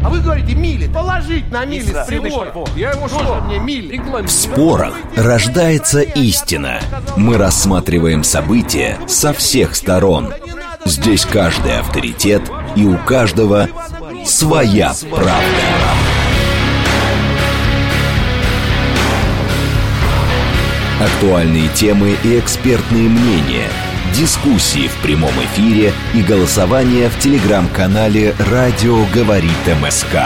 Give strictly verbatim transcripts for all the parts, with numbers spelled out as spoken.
А вы говорите мили. Положить на мили с прибором. Я ему что? Мне мили. В спорах рождается истина. Мы рассматриваем события со всех сторон. Здесь каждый авторитет, и у каждого своя правда. Актуальные темы и экспертные мнения, дискуссии в прямом эфире и голосование в телеграм-канале «Радио говорит МСК».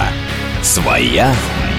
Своя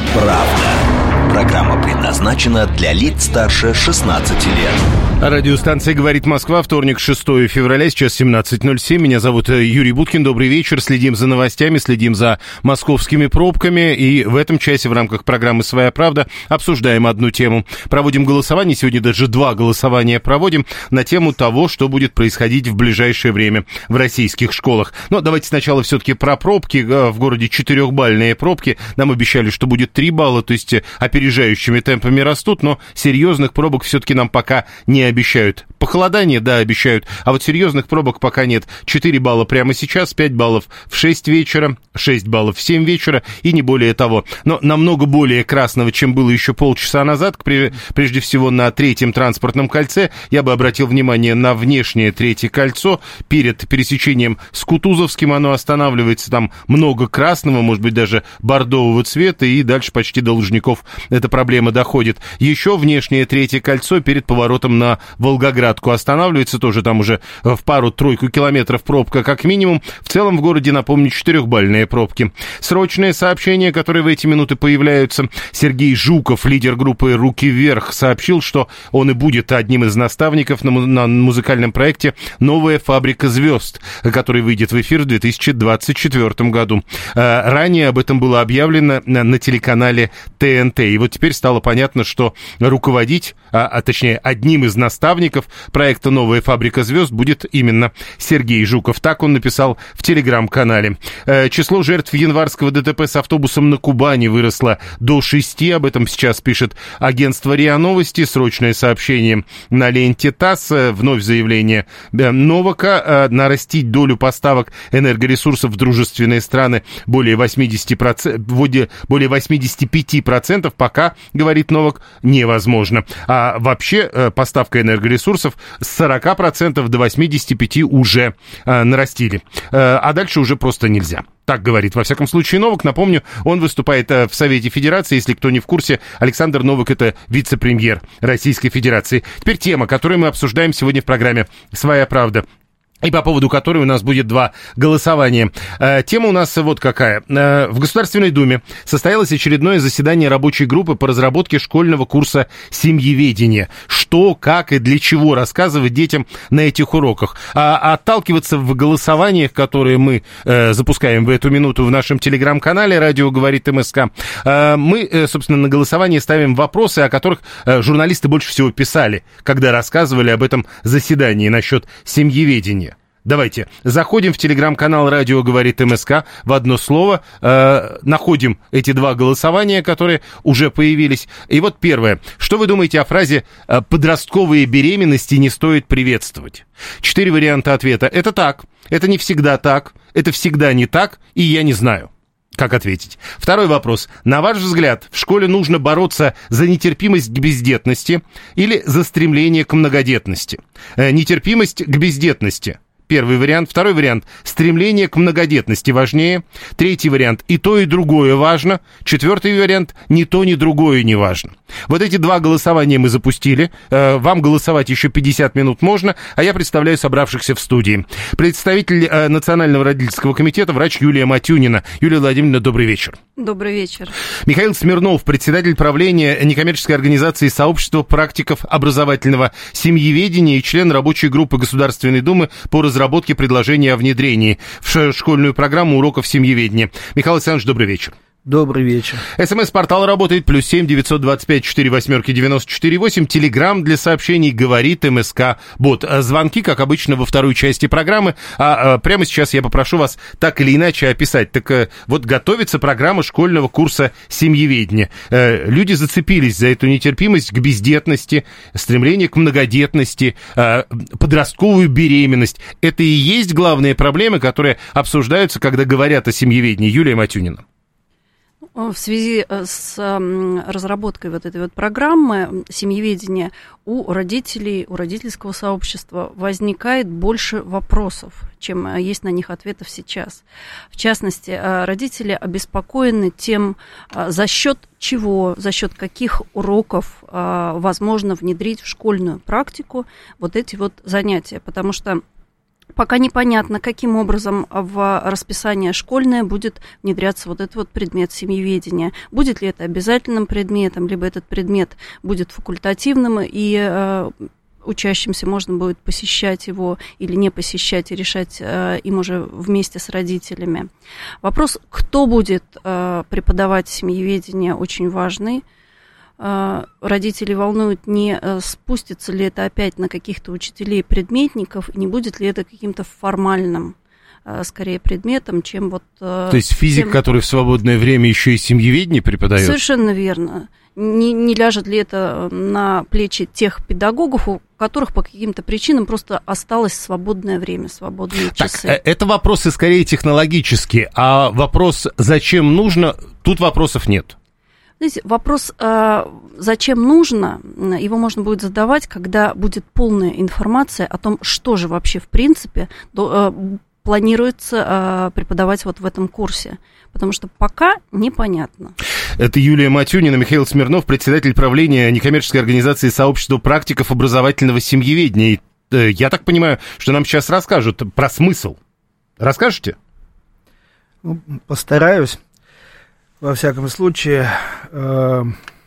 правда. Программа предназначена для лиц старше шестнадцати лет. Радиостанция «Говорит Москва», вторник, шестого февраля, сейчас семнадцать ноль семь. Меня зовут Юрий Буткин. Добрый вечер. Следим за новостями, следим за московскими пробками. И в этом часе в рамках программы «Своя правда» обсуждаем одну тему. Проводим голосование. Сегодня даже два голосования проводим на тему того, что будет происходить в ближайшее время в российских школах. Но давайте сначала все-таки про пробки. В городе четырехбальные пробки. Нам обещали, что будет три балла, то есть опережающими темпами растут, но серьезных пробок все-таки нам пока не обещают. Похолодание, да, обещают, а вот серьезных пробок пока нет. четыре балла прямо сейчас, пять баллов в шесть вечера, шесть баллов в семь вечера и не более того. Но намного более красного, чем было еще полчаса назад, прежде всего на третьем транспортном кольце. Я бы обратил внимание на внешнее третье кольцо. Перед пересечением с Кутузовским оно останавливается, там много красного, может быть, даже бордового цвета, и дальше почти до Лужников эта проблема доходит. Еще внешнее третье кольцо перед поворотом на Волгоградку останавливается, тоже там уже в пару-тройку километров пробка как минимум. В целом в городе, напомню, четырехбальные пробки. Срочные сообщения, которые в эти минуты появляются. Сергей Жуков, лидер группы «Руки вверх», сообщил, что он и будет одним из наставников на, на музыкальном проекте «Новая фабрика звезд», который выйдет в эфир в две тысячи двадцать четвёртом году. Ранее об этом было объявлено на, на телеканале Тэ Эн Тэ. И вот теперь стало понятно, что руководить, а, а точнее одним из наставников проекта «Новая фабрика звезд» будет именно Сергей Жуков. Так он написал в телеграм-канале. Э, число жертв январского Дэ Тэ Пэ с автобусом на Кубани выросло до шести. Об этом сейчас пишет агентство РИА Новости. Срочное сообщение на ленте ТАСС. Вновь заявление Новака. Э, нарастить долю поставок энергоресурсов в дружественные страны более восемьдесят процентов, более восемьдесят пять процентов пока, говорит Новак, невозможно. А вообще э, поставка энергоресурсов с сорок процентов до восемьдесят пять процентов уже э, нарастили. Э, а дальше уже просто нельзя. Так говорит, во всяком случае, Новак. Напомню, он выступает э, в Совете Федерации. Если кто не в курсе, Александр Новак — это вице-премьер Российской Федерации. Теперь тема, которую мы обсуждаем сегодня в программе «Своя правда», и по поводу которой у нас будет два голосования. Э, тема у нас вот какая. Э, в Государственной Думе состоялось очередное заседание рабочей группы по разработке школьного курса семьеведения. Что, как и для чего рассказывать детям на этих уроках. А отталкиваться в голосованиях, которые мы э, запускаем в эту минуту в нашем телеграм-канале «Радио говорит МСК», э, мы, э, собственно, на голосование ставим вопросы, о которых э, журналисты больше всего писали, когда рассказывали об этом заседании насчет семьеведения. Давайте заходим в телеграм-канал «Радио говорит МСК», в одно слово, э, находим эти два голосования, которые уже появились. И вот первое. Что вы думаете о фразе «подростковые беременности не стоит приветствовать»? Четыре варианта ответа. Это так, это не всегда так, это всегда не так, и я не знаю. Как ответить? Второй вопрос. На ваш взгляд, в школе нужно бороться за нетерпимость к бездетности или за стремление к многодетности? Э, нетерпимость к бездетности. Первый вариант. Второй вариант. Стремление к многодетности важнее. Третий вариант. И то, и другое важно. Четвертый вариант. Ни то, ни другое не важно. Вот эти два голосования мы запустили. Вам голосовать еще пятьдесят минут можно, а я представляю собравшихся в студии. Представитель Национального родительского комитета, врач Юлия Матюнина. Юлия Владимировна, добрый вечер. Добрый вечер. Михаил Смирнов, председатель правления некоммерческой организации «Сообщество практиков образовательного семьеведения» и член рабочей группы Государственной Думы по разработке предложения о внедрении в школьную программу уроков семьеведения. Михаил Александрович, добрый вечер. Добрый вечер. СМС-портал работает, плюс семь девятьсот двадцать пять четыре восьмерки девяносто четыре восемь. Телеграм для сообщений говорит МСК Бот. Звонки, как обычно, во второй части программы. А, а прямо сейчас я попрошу вас так или иначе описать. Так а, вот готовится программа школьного курса семьеведения. А, люди зацепились за эту нетерпимость к бездетности, стремление к многодетности, а, подростковую беременность. Это и есть главные проблемы, которые обсуждаются, когда говорят о семьеведении. Юлия Матюнина. В связи с разработкой вот этой вот программы семьеведения у родителей, у родительского сообщества возникает больше вопросов, чем есть на них ответов сейчас. В частности, родители обеспокоены тем, за счет чего, за счет каких уроков возможно внедрить в школьную практику вот эти вот занятия, потому что пока непонятно, каким образом в расписание школьное будет внедряться вот этот вот предмет семьеведения. Будет ли это обязательным предметом, либо этот предмет будет факультативным, и э, учащимся можно будет посещать его или не посещать, и решать э, им уже вместе с родителями. Вопрос, кто будет э, преподавать семьеведение, очень важный. Родителей волнует, не спустится ли это опять на каких-то учителей-предметников, не будет ли это каким-то формальным, скорее, предметом, чем вот... То есть физик, тем... который в свободное время еще и семьеведение преподает? Совершенно верно. Не, не ляжет ли это на плечи тех педагогов, у которых по каким-то причинам просто осталось свободное время, свободные часы? Так, это вопросы скорее технологические, а вопрос, зачем нужно, тут вопросов нет. Знаете, вопрос, зачем нужно, его можно будет задавать, когда будет полная информация о том, что же вообще в принципе планируется преподавать вот в этом курсе. Потому что пока непонятно. Это Юлия Матюнина, Михаил Смирнов, председатель правления некоммерческой организации сообщества практиков образовательного семьеведения. Я так понимаю, что нам сейчас расскажут про смысл. Расскажете? Ну, постараюсь. Во всяком случае, э,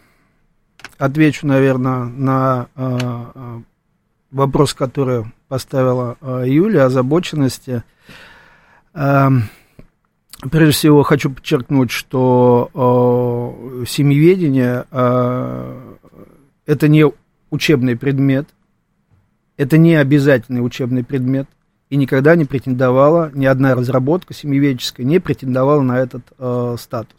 отвечу, наверное, на э, вопрос, который поставила э, Юлия, озабоченности. Э, прежде всего, хочу подчеркнуть, что э, семьеведение э, – это не учебный предмет, это не обязательный учебный предмет, и никогда не претендовала, ни одна разработка семьеведческая не претендовала на этот э, статус.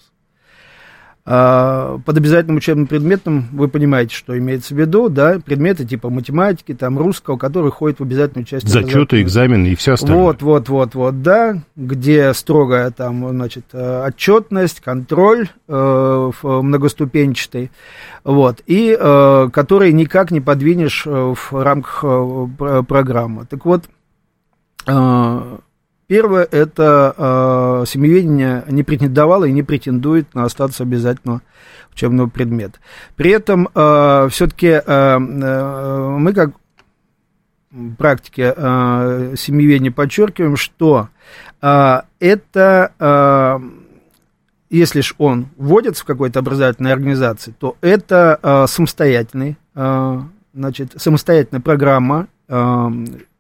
Под обязательным учебным предметом вы понимаете, что имеется в виду, да, предметы типа математики, там, русского, которые ходят в обязательную часть. Зачеты, экзамены и все остальное. Вот, вот, вот, вот, да, где строгая там, значит, отчетность, контроль э, многоступенчатый, вот, и э, которые никак не подвинешь в рамках э, программы. Так вот, э, первое, это э, семьеведение не претендовало и не претендует на статус обязательного учебного предмета. При этом э, все-таки э, э, мы, как в практике э, семьеведения, подчеркиваем, что э, это, э, если ж он вводится в какой-то образовательной организации, то это э, самостоятельный, э, значит, самостоятельная программа. Э,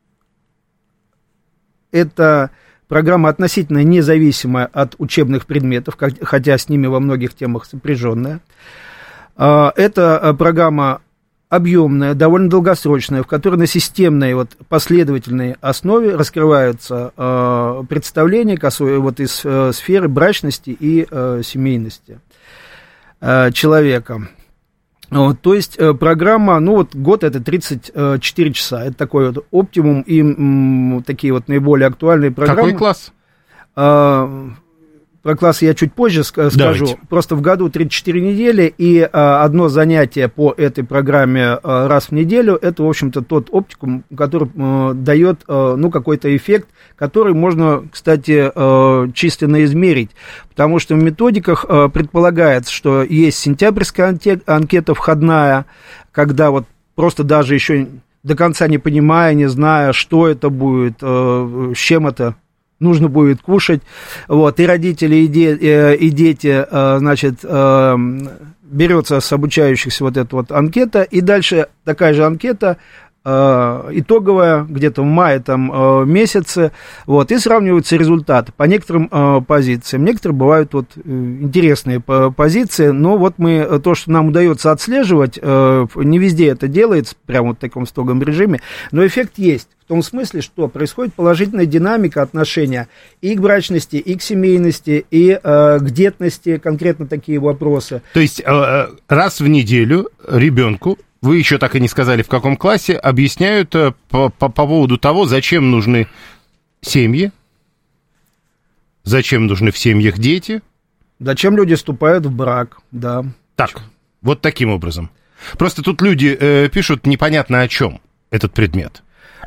Это программа относительно независимая от учебных предметов, хотя с ними во многих темах сопряженная. Это программа объемная, довольно долгосрочная, в которой на системной, вот, последовательной основе раскрываются представления вот, из сферы брачности и семейности человека. Вот, то есть э, программа, ну вот год это тридцать четыре часа, это такой вот оптимум, и м, такие вот наиболее актуальные программы. Какой класс? Э, про классы я чуть позже скажу. Давайте. Просто в году тридцать четыре недели, и э, одно занятие по этой программе э, раз в неделю, это, в общем-то, тот оптикум, который э, дает, э, ну, какой-то эффект, который можно, кстати, э, численно измерить, потому что в методиках э, предполагается, что есть сентябрьская анкета входная, когда вот просто даже еще до конца не понимая, не зная, что это будет, э, с чем это нужно будет кушать, вот, и родители, и, де, и дети, значит, берется с обучающихся вот эта вот анкета, и дальше такая же анкета, итоговая, где-то в мае там месяце, вот, и сравниваются результаты по некоторым позициям. Некоторые бывают вот интересные позиции, но вот мы, то, что нам удается отслеживать, не везде это делается, прямо вот в таком строгом режиме, но эффект есть. В том смысле, что происходит положительная динамика отношения и к брачности, и к семейности, и э, к детности, конкретно такие вопросы. То есть э, раз в неделю ребенку, вы еще так и не сказали, в каком классе, объясняют э, по, по, по поводу того, зачем нужны семьи, зачем нужны в семьях дети, Зачем люди вступают в брак, да. Так, вот таким образом. Просто тут люди э, пишут непонятно о чем этот предмет.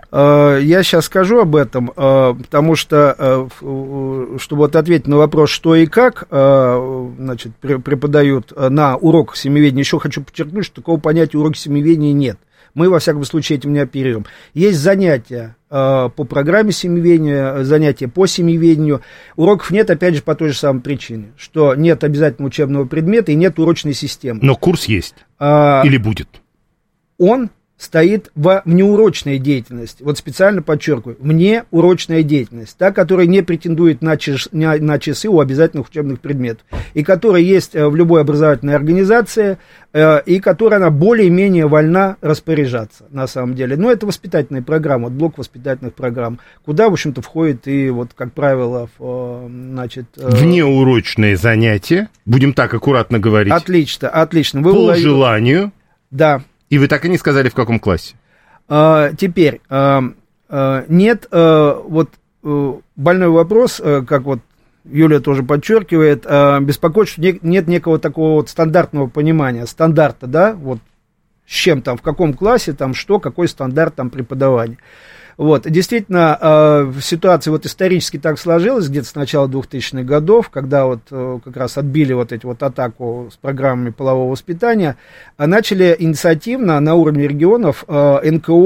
Я сейчас скажу об этом, потому что, чтобы вот ответить на вопрос, что и как, значит, преподают на уроках семьеведения, еще хочу подчеркнуть, что такого понятия уроки семьеведения нет. Мы, во всяком случае, этим не оперируем. Есть занятия по программе семьеведения, занятия по семьеведению. Уроков нет, опять же, по той же самой причине, что нет обязательного учебного предмета и нет урочной системы. Но курс есть а, или будет? Он стоит в внеурочной деятельности. Вот специально подчеркиваю, внеурочная деятельность, та, которая не претендует на, чеш, на, на часы у обязательных учебных предметов, и которая есть в любой образовательной организации, э, и которая она более-менее вольна распоряжаться, на самом деле. Но это воспитательная программа, вот блок воспитательных программ, куда, в общем-то, входит и, вот, как правило, в, значит... Э, внеурочные занятия, будем так аккуратно говорить. Отлично, отлично. Вы по уловили... желанию. Да. И вы так и не сказали, в каком классе? А, теперь, а, а, нет, а, вот а, больной вопрос, а, как вот Юлия тоже подчеркивает, а, беспокоит, что не, нет некого такого вот стандартного понимания, стандарта, да, вот с чем там, в каком классе, там что, какой стандарт там преподавания. Вот, действительно, э, ситуация вот исторически так сложилась, где-то с начала двухтысячных годов, когда вот э, как раз отбили вот эти вот атаку с программами полового воспитания, а начали инициативно на уровне регионов э, эн ка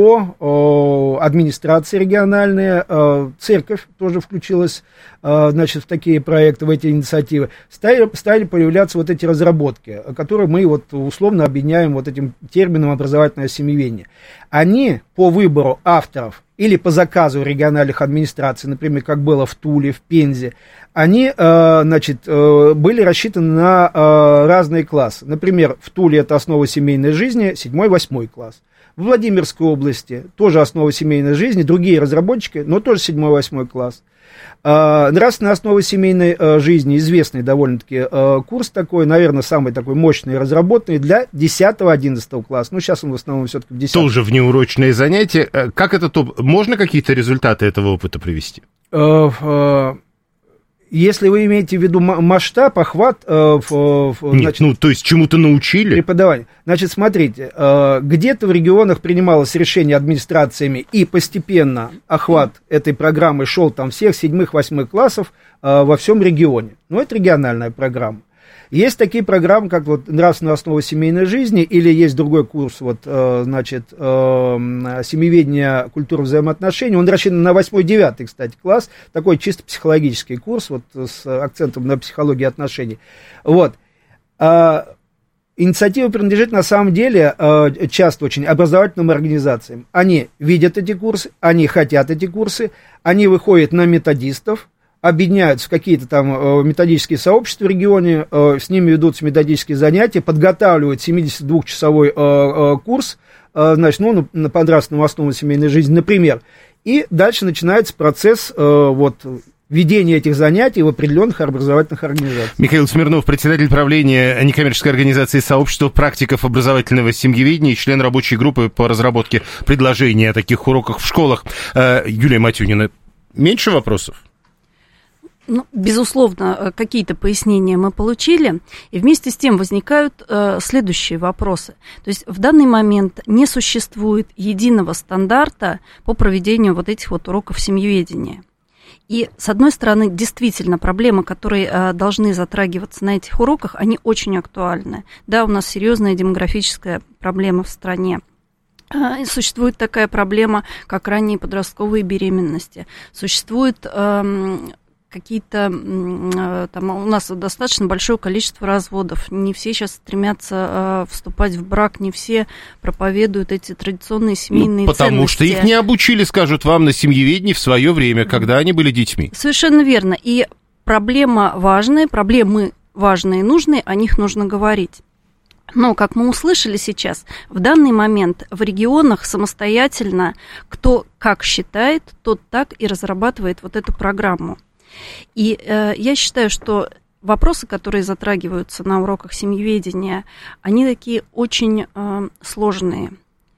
о, э, администрации региональные, э, церковь тоже включилась, э, значит, в такие проекты, в эти инициативы, стали, стали появляться вот эти разработки, которые мы вот условно объединяем вот этим термином образовательное семьеведение. Они по выбору авторов или по заказу региональных администраций, например, как было в Туле, в Пензе, они, э, значит, э, были рассчитаны на э, разные классы. Например, в Туле это основа семейной жизни, седьмой-восьмой класс. В Владимирской области тоже основа семейной жизни, другие разработчики, но тоже седьмой-восьмой класс. Uh, нравственная основа семейной uh, жизни, известный довольно-таки uh, курс такой, наверное, самый такой мощный и разработанный для десятого-одиннадцатого класса. Ну, сейчас он в основном все-таки в десятом. Тоже внеурочные занятия. Как это топ? Можно какие-то результаты этого опыта привести? Uh, uh, если вы имеете в виду масштаб, охват... Uh, uh, Нет, значит, ну, то есть чему-то научили? Преподавание. Значит, смотрите, uh, где-то в регионах принималось решение администрациями, и постепенно охват этой программы шел там всех седьмых-восьмых классов uh, во всем регионе. Но это региональная программа. Есть такие программы, как вот нравственная основа семейной жизни, или есть другой курс, вот, э, значит, э, семьеведение, культура взаимоотношений. Он рассчитан на восьмой-девятый, кстати, класс, такой чисто психологический курс, вот, с акцентом на психологии отношений. Вот. А, инициатива принадлежит, на самом деле, э, часто очень образовательным организациям. Они видят эти курсы, они хотят эти курсы, они выходят на методистов, объединяются в какие-то там методические сообщества в регионе, с ними ведутся методические занятия, подготавливают семидесятидвухчасовой курс, значит, ну, на нравственную основу семейной жизни, например, и дальше начинается процесс вот ведения этих занятий в определенных образовательных организациях. Михаил Смирнов, председатель правления некоммерческой организации сообщества практиков образовательного семьеведения и член рабочей группы по разработке предложений о таких уроках в школах. Юлия Матюнина, меньше вопросов? Ну, безусловно, какие-то пояснения мы получили, и вместе с тем возникают э, следующие вопросы. То есть в данный момент не существует единого стандарта по проведению вот этих вот уроков семьеведения. И, с одной стороны, действительно, проблемы, которые э, должны затрагиваться на этих уроках, они очень актуальны. Да, у нас серьезная демографическая проблема в стране. Существует такая проблема, как ранние подростковые беременности. Существует... Э, какие-то, там, у нас достаточно большое количество разводов, не все сейчас стремятся э, вступать в брак, не все проповедуют эти традиционные семейные ну, потому ценности. Потому что их не обучили, скажут вам, на семьеведении в свое время, когда они были детьми. Совершенно верно, и проблема важная, проблемы важные и нужные, о них нужно говорить. Но, как мы услышали сейчас, в данный момент в регионах самостоятельно, кто как считает, тот так и разрабатывает вот эту программу. И э, я считаю, что вопросы, которые затрагиваются на уроках семьеведения, они такие очень э, сложные.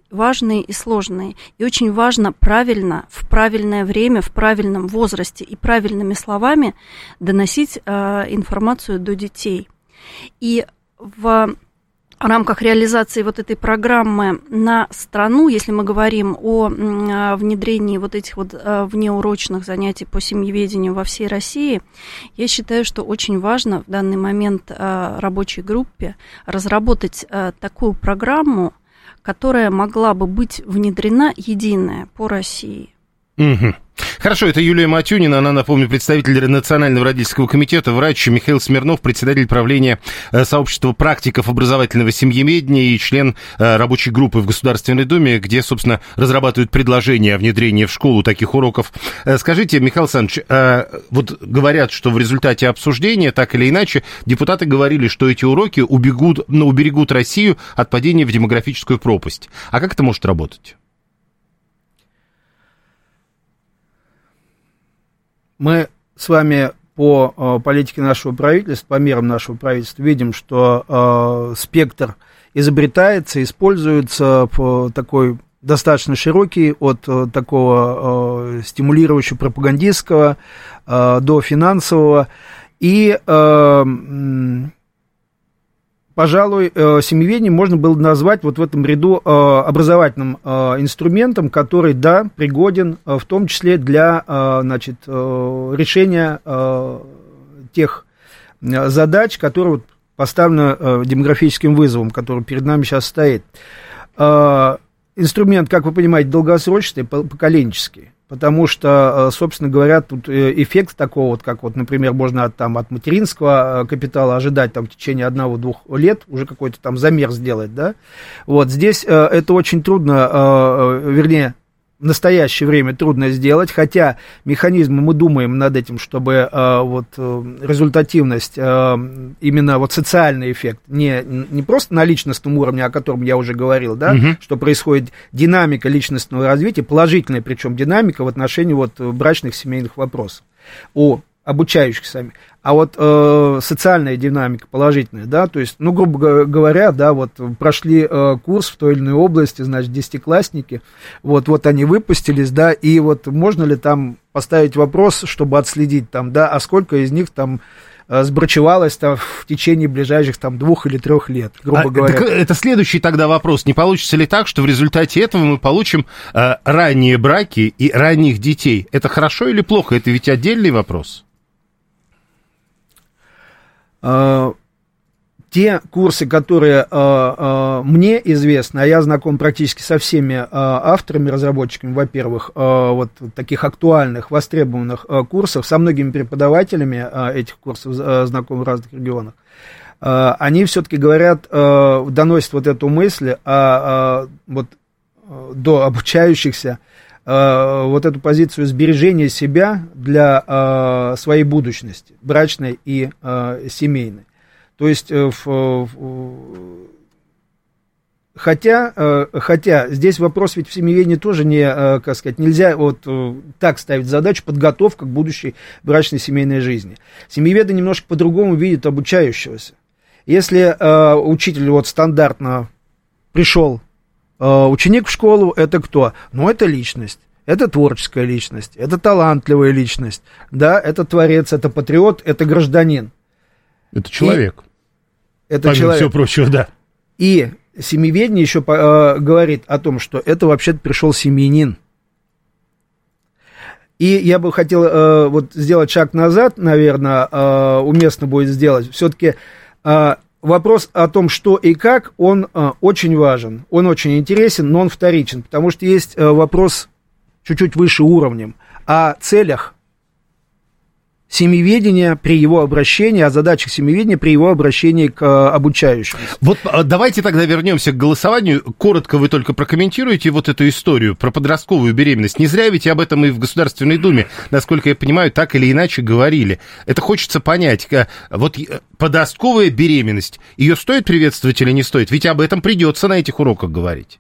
важные и сложные. И очень важно правильно, в правильное время, в правильном возрасте и правильными словами доносить э, информацию до детей. И в В рамках реализации вот этой программы на страну, если мы говорим о внедрении вот этих вот внеурочных занятий по семьеведению во всей России, я считаю, что очень важно в данный момент рабочей группе разработать такую программу, которая могла бы быть внедрена единая по России. Угу. Хорошо, это Юлия Матюнина, она, напомню, представитель Национального родительского комитета, врач, Михаил Смирнов, председатель правления сообщества практиков образовательного семьеведения и член рабочей группы в Государственной Думе, где, собственно, разрабатывают предложения о внедрении в школу таких уроков. Скажите, Михаил Александрович, вот говорят, что в результате обсуждения, так или иначе, депутаты говорили, что эти уроки убегут, ну, уберегут Россию от падения в демографическую пропасть. А как это может работать? Мы с вами по э, политике нашего правительства, по мерам нашего правительства, видим, что э, спектр изобретается, используется по такой достаточно широкий, от э, такого э, стимулирующего пропагандистского э, до финансового. И, э, пожалуй, э, семьеведение можно было назвать вот в этом ряду э, образовательным э, инструментом, который, да, пригоден э, в том числе для э, значит, э, решения э, тех задач, которые вот поставлены э, демографическим вызовом, который перед нами сейчас стоит. Э, инструмент, как вы понимаете, долгосрочный, поколенческий. Потому что, собственно говоря, тут эффект такого, вот, как, вот, например, можно от, там, от материнского капитала ожидать там, в течение одного-двух лет уже какой-то там замер сделать, да. Вот здесь это очень трудно, вернее, в настоящее время трудно сделать, хотя механизмы, мы думаем над этим, чтобы э, вот, результативность, э, именно вот социальный эффект, не, не просто на личностном уровне, о котором я уже говорил, да, угу. что происходит динамика личностного развития, положительная причем динамика в отношении вот, брачных семейных вопросов у обучающихся сами, а вот э, социальная динамика положительная, да, то есть, ну, грубо говоря, да, вот прошли э, курс в той или иной области, значит, десятиклассники, вот, вот они выпустились, да, и вот можно ли там поставить вопрос, чтобы отследить там, да, а сколько из них там э, сбрачевалось там в течение ближайших там двух или трех лет, грубо а, говоря. Это, это следующий тогда вопрос, не получится ли так, что в результате этого мы получим э, ранние браки и ранних детей? Это хорошо или плохо? Это ведь отдельный вопрос. Uh, те курсы, которые uh, uh, мне известны, а я знаком практически со всеми uh, авторами, разработчиками, во-первых, uh, вот таких актуальных, востребованных uh, курсов, со многими преподавателями uh, этих курсов uh, знаком в разных регионах, uh, они все-таки говорят, uh, доносят вот эту мысль uh, uh, вот, uh, до обучающихся, Uh, вот эту позицию сбережения себя для uh, своей будущности, брачной и uh, семейной. То есть, uh, в, в, хотя, uh, хотя здесь вопрос ведь в семьеведении тоже не, uh, как сказать, нельзя вот uh, так ставить задачу подготовка к будущей брачной семейной жизни. Семьеведы немножко по-другому видят обучающегося. Если uh, учитель вот стандартно пришел, ученик в школу — это кто? Ну, это личность, это творческая личность, это талантливая личность, да, это творец, это патриот, это гражданин. Это человек. И это помимо человек. всего прочего, да. И семьеведение еще э, говорит о том, что это вообще-то пришел семьянин. И я бы хотел э, вот сделать шаг назад, наверное, э, уместно будет сделать. Все-таки э, вопрос о том, что и как, он э, очень важен, он очень интересен, но он вторичен, потому что есть э, вопрос чуть-чуть выше уровнем о целях семьеведения при его обращении, о задачах семьеведения при его обращении к э, обучающим. Вот давайте тогда вернемся к голосованию. Коротко вы только прокомментируете вот эту историю про подростковую беременность. Не зря ведь об этом и в Государственной Думе, насколько я понимаю, так или иначе говорили. Это хочется понять. Вот подростковая беременность, ее стоит приветствовать или не стоит? Ведь об этом придется на этих уроках говорить.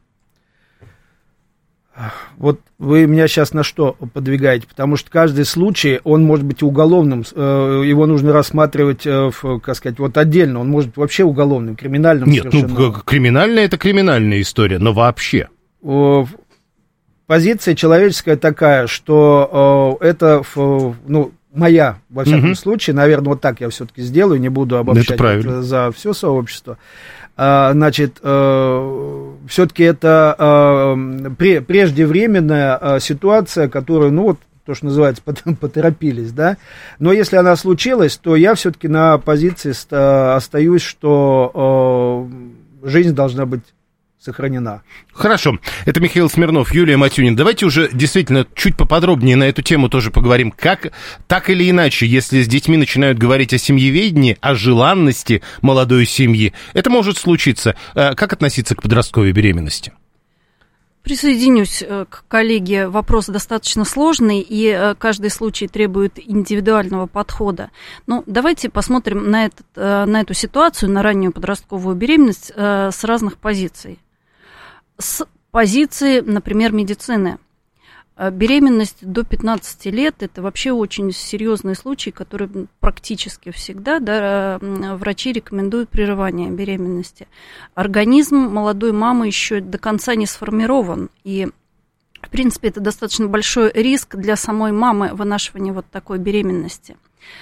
Вот вы меня сейчас на что подвигаете? Потому что каждый случай, он может быть уголовным, его нужно рассматривать, как сказать, вот отдельно, он может быть вообще уголовным, криминальным. Нет, совершенно. Ну, криминальная — это криминальная история, но вообще. позиция человеческая такая, что это, ну, моя, во всяком угу. случае, наверное, вот так я все-таки сделаю, не буду обобщать это за все сообщество. Значит, все-таки это преждевременная ситуация, которую, ну, вот, то, что называется, поторопились, да, но если она случилась, то я все-таки на позиции остаюсь, что жизнь должна быть сохранена. Хорошо. Это Михаил Смирнов, Юлия Матюнина. Давайте уже действительно чуть поподробнее на эту тему тоже поговорим. Как, так или иначе, если с детьми начинают говорить о семьеведении, о желанности молодой семьи, это может случиться. Как относиться к подростковой беременности? Присоединюсь к коллеге. Вопрос достаточно сложный, и каждый случай требует индивидуального подхода. Но давайте посмотрим на, этот, на эту ситуацию, на раннюю подростковую беременность с разных позиций. С позиции, например, медицины. Беременность до пятнадцати лет – это вообще очень серьезный случай, который практически всегда, да, врачи рекомендуют прерывание беременности. Организм молодой мамы еще до конца не сформирован, и, в принципе, это достаточно большой риск для самой мамы вынашивания вот такой беременности.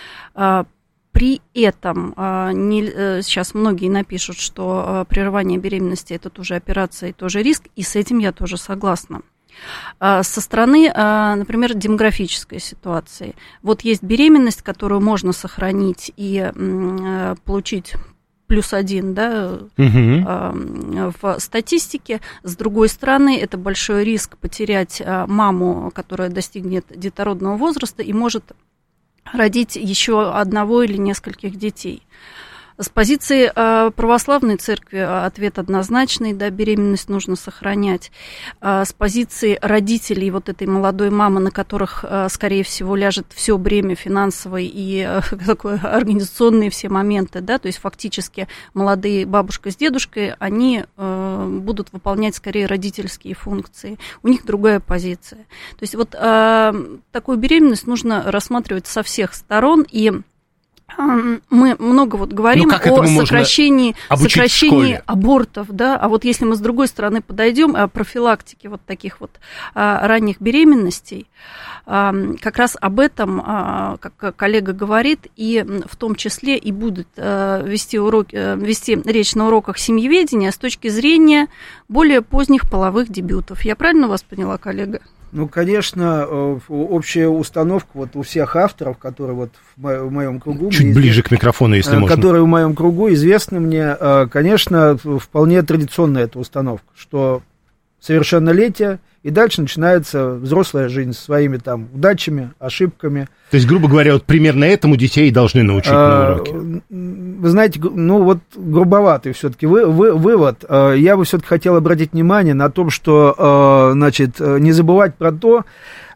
При этом не, сейчас многие напишут, что прерывание беременности – это тоже операция и тоже риск, и с этим я тоже согласна. Со стороны, например, демографической ситуации. Вот есть беременность, которую можно сохранить и получить плюс один, да, угу. в статистике. С другой стороны, это большой риск потерять маму, которая достигнет детородного возраста и может родить еще одного или нескольких детей. С позиции э, православной церкви ответ однозначный, да, беременность нужно сохранять. Э, с позиции родителей вот этой молодой мамы, на которых, э, скорее всего, ляжет все бремя финансовое и э, такое, организационные все моменты, да, то есть фактически молодые бабушка с дедушкой, они э, будут выполнять скорее родительские функции. У них другая позиция. То есть вот э, такую беременность нужно рассматривать со всех сторон, и мы много вот говорим ну, о сокращении, сокращении абортов, да, а вот если мы с другой стороны подойдем о профилактике вот таких вот а, ранних беременностей, а, как раз об этом, а, как коллега говорит, и в том числе и будет а, вести, уроки, а, вести речь на уроках семьеведения с точки зрения более поздних половых дебютов. Я правильно вас поняла, коллега? Ну, конечно, общая установка вот у всех авторов, которые вот в моем кругу... Чуть мне ближе извест... к микрофону, если можно. Которые в моем кругу известны мне, конечно, вполне традиционная эта установка, что совершеннолетие, и дальше начинается взрослая жизнь со своими там удачами, ошибками. То есть, грубо говоря, вот примерно этому детей должны научить на уроке. Вы знаете, ну вот грубоватый все-таки вы, вы, вывод. Я бы все-таки хотел обратить внимание на то, что, значит, не забывать про то,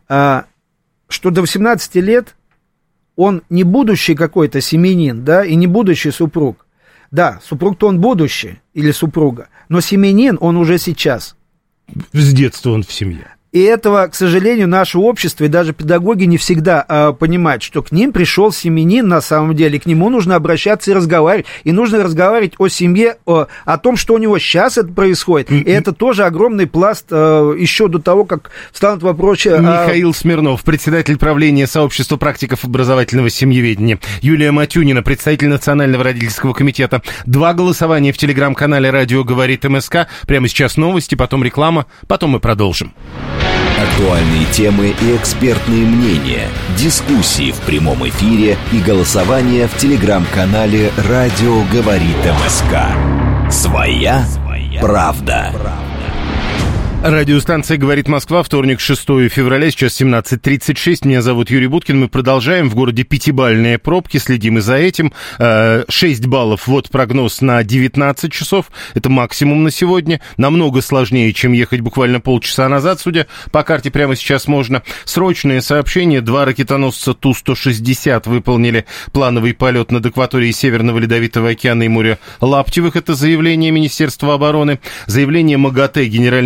что до восемнадцати лет он не будущий какой-то семьянин, да, и не будущий супруг. Да, супруг-то он будущий, или супруга, но семьянин он уже сейчас. С детства он в семье. И этого, к сожалению, наше общество и даже педагоги не всегда э, понимают, что к ним пришел семьянин на самом деле, к нему нужно обращаться и разговаривать, и нужно разговаривать о семье, о, о том, что у него сейчас это происходит, и это тоже огромный пласт э, еще до того, как встанут вопросы. Э, Михаил Смирнов, председатель правления сообщества практиков образовательного семьеведения, Юлия Матюнина, представитель Национального родительского комитета. Два голосования в телеграм-канале «Радио говорит МСК». Прямо сейчас новости, потом реклама, потом мы продолжим. Актуальные темы и экспертные мнения, дискуссии в прямом эфире и голосование в телеграм-канале «Радио говорит МСК». Своя правда. Радиостанция «Говорит Москва», вторник, шестого февраля, сейчас семнадцать тридцать шесть. Меня зовут Юрий Буткин. Мы продолжаем. В городе пятибалльные пробки, следим и за этим. шесть баллов, вот прогноз на девятнадцать часов. Это максимум на сегодня. Намного сложнее, чем ехать буквально полчаса назад, судя по карте, прямо сейчас можно. Срочное сообщение. Два ракетоносца Ту сто шестьдесят выполнили плановый полет над акваторией Северного Ледовитого океана и моря Лаптевых. Это заявление Министерства обороны. Заявление МАГАТЭ, генеральный директор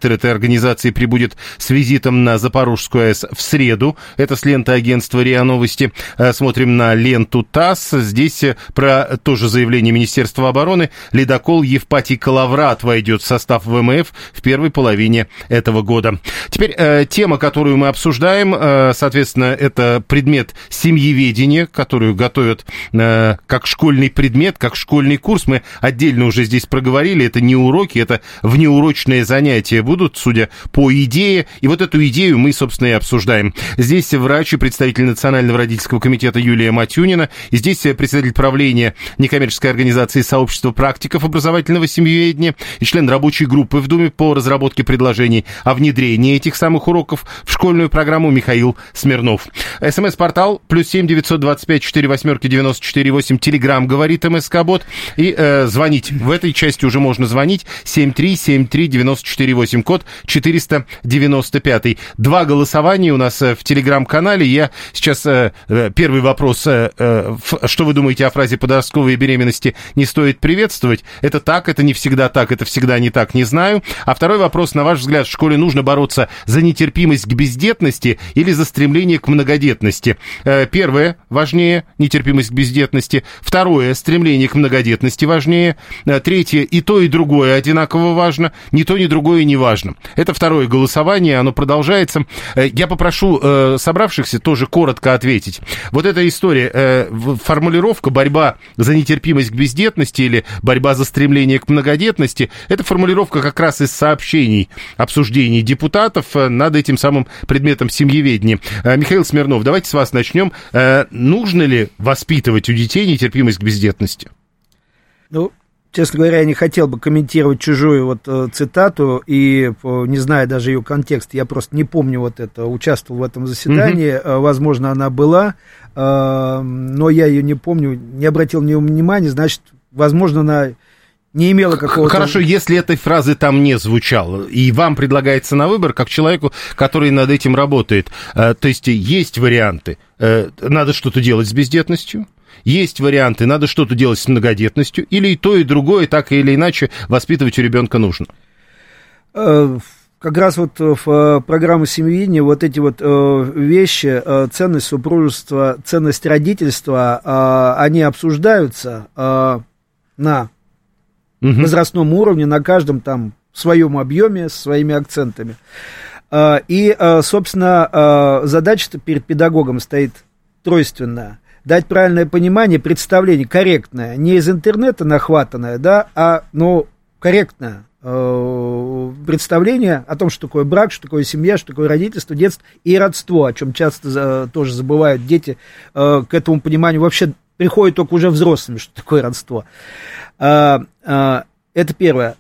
директор этой организации прибудет с визитом на Запорожскую АЭС в среду. Это с ленты агентства РИА Новости. Смотрим на ленту ТАСС. Здесь про тоже заявление Министерства обороны. Ледокол Евпатий Калаврат войдет в состав ВМФ в первой половине этого года. Теперь э, тема, которую мы обсуждаем, э, соответственно, это предмет семьеведения, которую готовят э, как школьный предмет, как школьный курс. Мы отдельно уже здесь проговорили, это не уроки, это внеурочные занятия будут, судя по идее. И вот эту идею мы, собственно, и обсуждаем. Здесь врач и представитель Национального родительского комитета Юлия Матюнина. И здесь председатель правления некоммерческой организации «Сообщество практиков образовательного семьеведения» и член рабочей группы в Думе по разработке предложений о внедрении этих самых уроков в школьную программу Михаил Смирнов. СМС-портал плюс семь девятьсот двадцать пять четыре восьмерки девяносто четыре восемь. Телеграм говорит МСК-бот. И э, звонить. В этой части уже можно звонить. семь три семь три девяносто четыре восемь, код четыреста девяносто пять. Два голосования у нас в Телеграм-канале. Я сейчас э, первый вопрос. Э, э, что вы думаете о фразе «подростковые беременности не стоит приветствовать»? Это так, это не всегда так, это всегда не так, не знаю. А второй вопрос. На ваш взгляд, в школе нужно бороться за нетерпимость к бездетности или за стремление к многодетности? Э, первое важнее, нетерпимость к бездетности. Второе, стремление к многодетности важнее. Э, третье, и то, и другое одинаково важно. Ни то, ни другое не важно. Это второе голосование, оно продолжается. Э, я попрошу э, собравшихся тоже коротко ответить. Вот эта история, э, формулировка «борьба за нетерпимость к бездетности» или «борьба за стремление к многодетности», это формулировка как раз из сообщений, обсуждений депутатов над этим самым предметом семьеведения. Михаил Смирнов, давайте с вас начнем. Нужно ли воспитывать у детей нетерпимость к бездетности? Ну, честно говоря, я не хотел бы комментировать чужую вот э, цитату, и э, не зная даже ее контекст, я просто не помню вот это, участвовал в этом заседании, mm-hmm. э, возможно, она была, э, но я ее не помню, не обратил на нее внимания, значит, возможно, она не имела какого-то... Хорошо, если этой фразы там не звучало, и вам предлагается на выбор, как человеку, который над этим работает, э, то есть есть варианты, э, надо что-то делать с бездетностью? Есть варианты, надо что-то делать с многодетностью, или и то, и другое, так или иначе, воспитывать у ребенка нужно? Как раз вот в программе семьеведения вот эти вот вещи, ценность супружества, ценность родительства, они обсуждаются на угу. возрастном уровне, на каждом там своем объеме, с своими акцентами. И, собственно, задача перед педагогом стоит тройственная. Дать правильное понимание, представление корректное, не из интернета нахватанное, да, а, ну, корректное э, представление о том, что такое брак, что такое семья, что такое родительство, детство и родство, о чем часто э, тоже забывают дети, э, к этому пониманию вообще приходят только уже взрослыми, что такое родство. Э, э, это первое.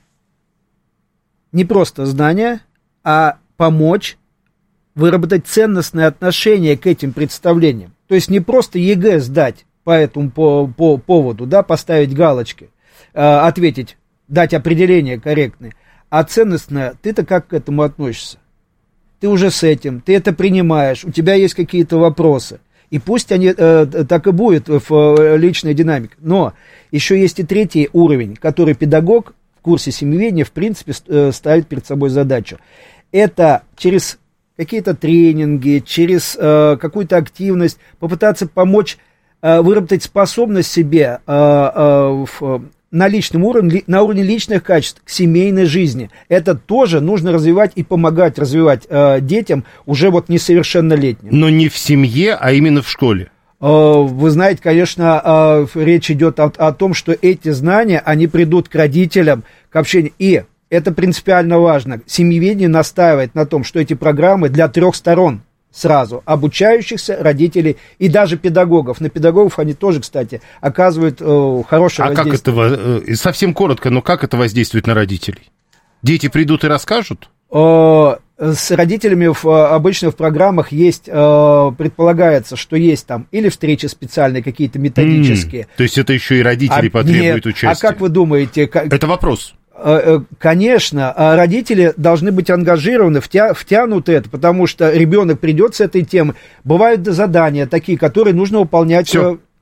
Не просто знание, а помочь выработать ценностное отношение к этим представлениям. То есть не просто ЕГЭ сдать по этому по, по поводу, да, поставить галочки, э, ответить, дать определение корректное, а ценностное, ты-то как к этому относишься? Ты уже с этим, ты это принимаешь, у тебя есть какие-то вопросы. И пусть они э, так и будет в э, личной динамике. Но еще есть и третий уровень, который педагог в курсе семьеведения в принципе э, ставит перед собой задачу. Это через какие-то тренинги, через э, какую-то активность, попытаться помочь э, выработать способность себе э, э, в, на личном уровне, на уровне личных качеств к семейной жизни. Это тоже нужно развивать и помогать развивать э, детям уже вот несовершеннолетним. Но не в семье, а именно в школе. Э, вы знаете, конечно, э, речь идет о, о том, что эти знания, они придут к родителям, к общению. И это принципиально важно. Семьеведение настаивает на том, что эти программы для трех сторон сразу. Обучающихся, родителей и даже педагогов. На педагогов они тоже, кстати, оказывают э, хорошее а воздействие. А как это, э, совсем коротко, но как это воздействует на родителей? Дети придут и расскажут? Э, с родителями в, обычно в программах есть, э, предполагается, что есть там или встречи специальные, какие-то методические. Mm, то есть это еще и родители а, потребуют нет, участия? А как вы думаете? Как... Это вопрос. Конечно, родители должны быть ангажированы, втя, втянуты это, потому что ребенок придет с этой темы. Бывают задания такие, которые нужно выполнять. Все.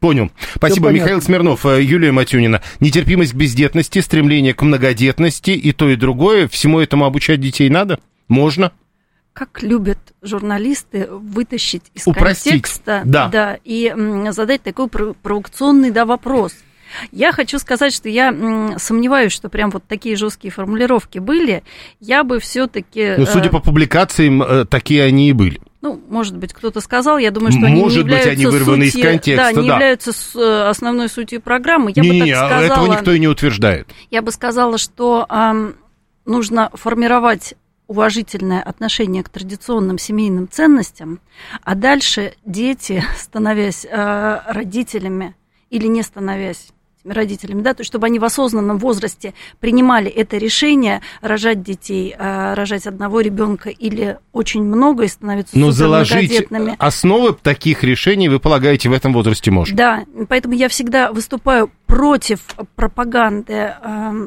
Понял. Спасибо. Михаил Смирнов, Юлия Матюнина. Нетерпимость к бездетности, стремление к многодетности и то, и другое. Всему этому обучать детей надо? Можно? Как любят журналисты вытащить из Упростить. контекста, Да. Да, и м, задать такой провокационный, да, вопрос. Я хочу сказать, что я м, сомневаюсь, что прям вот такие жесткие формулировки были. Я бы все-таки... Ну, судя э... по публикациям, э, такие они и были. Ну, может быть, кто-то сказал, я думаю, что они может не являются быть, они вырваны сутью, из контекста, да, не да. являются с, основной сутью программы. Я не, бы не, так не, сказала, этого никто и не утверждает. Я бы сказала, что э, нужно формировать уважительное отношение к традиционным семейным ценностям, а дальше дети, становясь э, родителями или не становясь родителями, да, то есть чтобы они в осознанном возрасте принимали это решение рожать детей, рожать одного ребенка или очень много и становиться супермногодетными. Но заложить основы таких решений, вы полагаете, в этом возрасте можно? Да, поэтому я всегда выступаю против пропаганды,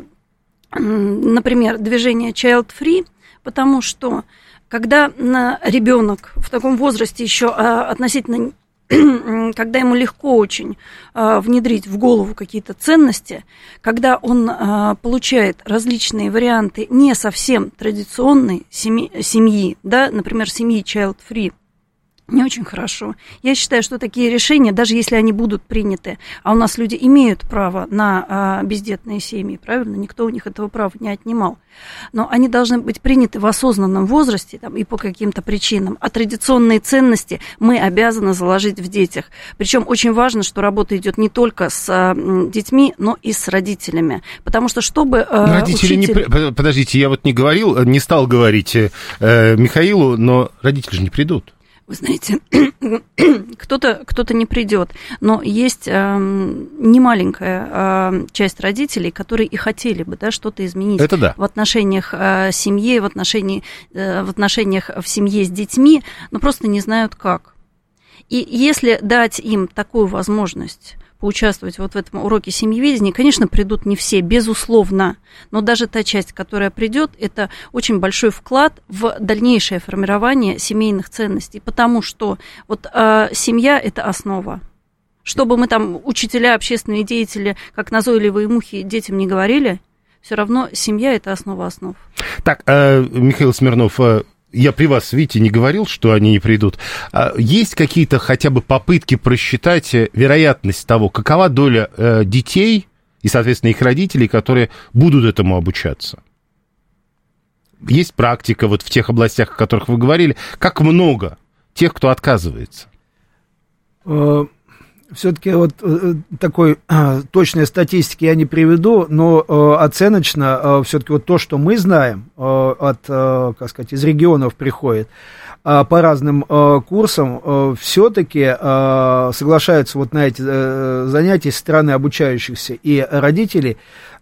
например, движения Child Free, потому что когда ребенок в таком возрасте еще относительно когда ему легко очень э, внедрить в голову какие-то ценности, когда он э, получает различные варианты не совсем традиционной семьи, семьи, да, например, семьи child-free, не очень хорошо. Я считаю, что такие решения, даже если они будут приняты, а у нас люди имеют право на а, бездетные семьи, правильно? Никто у них этого права не отнимал. Но они должны быть приняты в осознанном возрасте там, и по каким-то причинам. А традиционные ценности мы обязаны заложить в детях. Причем очень важно, что работа идет не только с а, детьми, но и с родителями. Потому что чтобы а, родители учитель... не... Подождите, я вот не говорил, не стал говорить э, Михаилу, но родители же не придут. Вы знаете, кто-то, кто-то не придет, но есть э, немаленькая э, часть родителей, которые и хотели бы, да, что-то изменить Это да. в отношениях э, семьи, в, отношении, э, в отношениях в семье с детьми, но просто не знают как. И если дать им такую возможность поучаствовать вот в этом уроке семьеведения, конечно, придут не все, безусловно, но даже та часть, которая придет, это очень большой вклад в дальнейшее формирование семейных ценностей, потому что вот э, семья – это основа. Чтобы мы там, учителя, общественные деятели, как назойливые мухи, детям не говорили, все равно семья – это основа основ. Так, э, Михаил Смирнов, э... я при вас, видите, не говорил, что они не придут. Есть какие-то хотя бы попытки просчитать вероятность того, какова доля детей и, соответственно, их родителей, которые будут этому обучаться? Есть практика вот в тех областях, о которых вы говорили. Как много тех, кто отказывается? Все-таки вот такой точной статистики я не приведу, но оценочно все-таки вот то, что мы знаем от, как сказать, из регионов приходит по разным курсам, все-таки соглашаются вот на эти занятия со стороны обучающихся и родителей,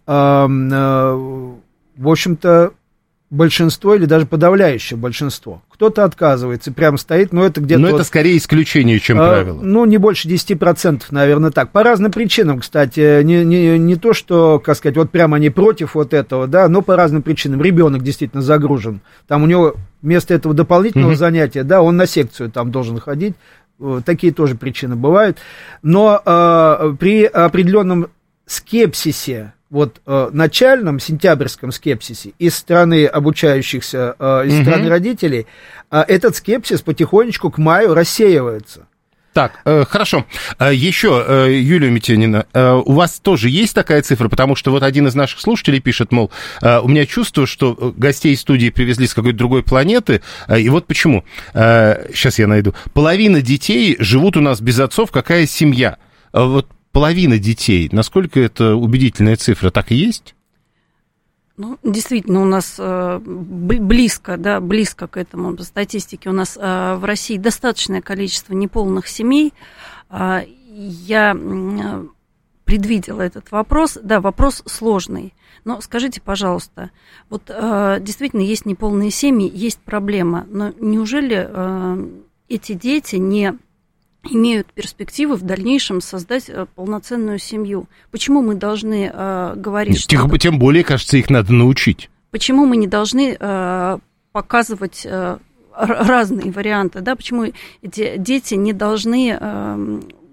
в общем-то, большинство или даже подавляющее большинство. Кто-то отказывается, прям стоит, но это где-то... Но это вот, скорее исключение, чем э, правило. Ну, не больше десяти процентов, наверное, так. По разным причинам, кстати. Не, не, не то, что, как сказать, вот прямо они против вот этого, да, но по разным причинам. Ребенок действительно загружен. Там у него вместо этого дополнительного mm-hmm. занятия, да, он на секцию там должен ходить. Такие тоже причины бывают. Но э, при определенном скепсисе, вот э, начальном сентябрьском скепсисе из стороны обучающихся, э, из mm-hmm. стороны родителей, э, этот скепсис потихонечку к маю рассеивается. Так, э, хорошо. Э, еще, э, Юлия Матюнина, э, у вас тоже есть такая цифра? Потому что вот один из наших слушателей пишет, мол, э, у меня чувство, что гостей из студии привезли с какой-то другой планеты, э, и вот почему. Э, сейчас я найду. Половина детей живут у нас без отцов, какая семья? Э, вот половина детей, насколько это убедительная цифра, так и есть? Ну, действительно, у нас э, близко, да, близко к этому, по статистике, у нас э, в России достаточное количество неполных семей. Э, я э, предвидела этот вопрос. Да, вопрос сложный. Но скажите, пожалуйста, вот э, действительно есть неполные семьи, есть проблема, но неужели э, эти дети не имеют перспективы в дальнейшем создать полноценную семью? Почему мы должны э, говорить... Тем, что... тем более, кажется, их надо научить. Почему мы не должны э, показывать э, разные варианты? Да? Почему эти дети не должны э,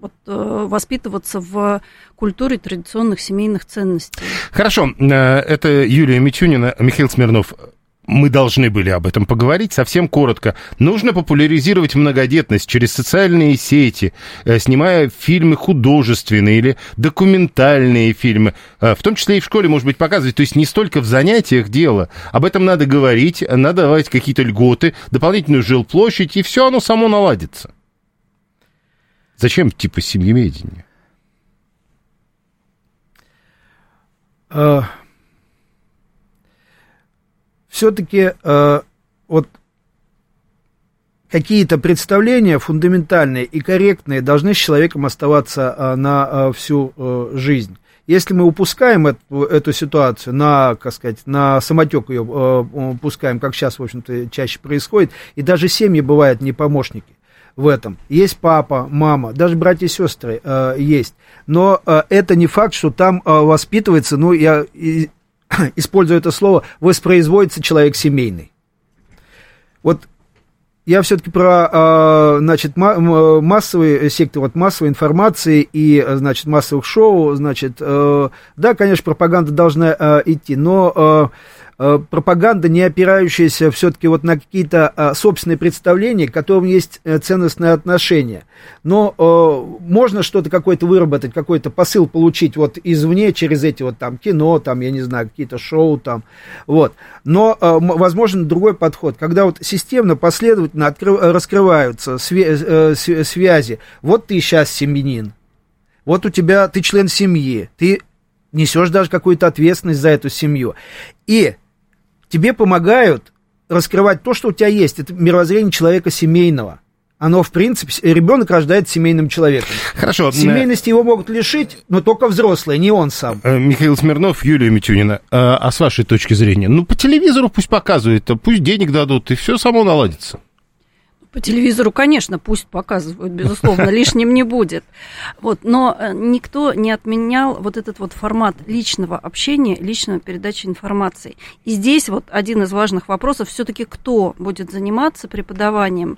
вот, воспитываться в культуре традиционных семейных ценностей. Хорошо, это Юлия Митюнина, Михаил Смирнов. Мы должны были об этом поговорить. Совсем коротко. Нужно популяризировать многодетность через социальные сети, снимая фильмы художественные или документальные фильмы. В том числе и в школе, может быть, показывать. То есть не столько в занятиях дело. Об этом надо говорить, надо давать какие-то льготы, дополнительную жилплощадь, и все оно само наладится. Зачем типа семьеведения? Все-таки э, вот какие-то представления фундаментальные и корректные должны с человеком оставаться э, на э, всю э, жизнь. Если мы упускаем эту, эту ситуацию, на, как сказать, на самотек ее э, пускаем, как сейчас, в общем-то, чаще происходит, и даже семьи бывают не помощники в этом. Есть папа, мама, даже братья и сестры э, есть. Но э, это не факт, что там э, воспитывается, ну, я... И, используя это слово, воспроизводится человек семейный. Вот я все-таки про, значит, массовые секторы, вот массовой информации и, значит, массовых шоу, значит, да, конечно, пропаганда должна идти, но пропаганда, не опирающаяся все-таки вот на какие-то собственные представления, к которым есть ценностное отношение. Но э, можно что-то какое-то выработать, какой-то посыл получить вот извне через эти вот там кино, там, я не знаю, какие-то шоу там, вот. Но э, возможен другой подход, когда вот системно, последовательно открыв, раскрываются свя- э, связи. Вот ты сейчас семьянин, вот у тебя, ты член семьи, ты несешь даже какую-то ответственность за эту семью. И тебе помогают раскрывать то, что у тебя есть. Это мировоззрение человека семейного. Оно, в принципе, ребенок рождается семейным человеком. Хорошо. Семейности его могут лишить, но только взрослые, не он сам. Михаил Смирнов, Юлия Митюнина. А с вашей точки зрения? Ну, по телевизору пусть показывают, пусть денег дадут, и все само наладится. По телевизору, конечно, пусть показывают, безусловно, лишним не будет. Вот, но никто не отменял вот этот вот формат личного общения, личной передачи информации. И здесь вот один из важных вопросов все-таки, кто будет заниматься преподаванием,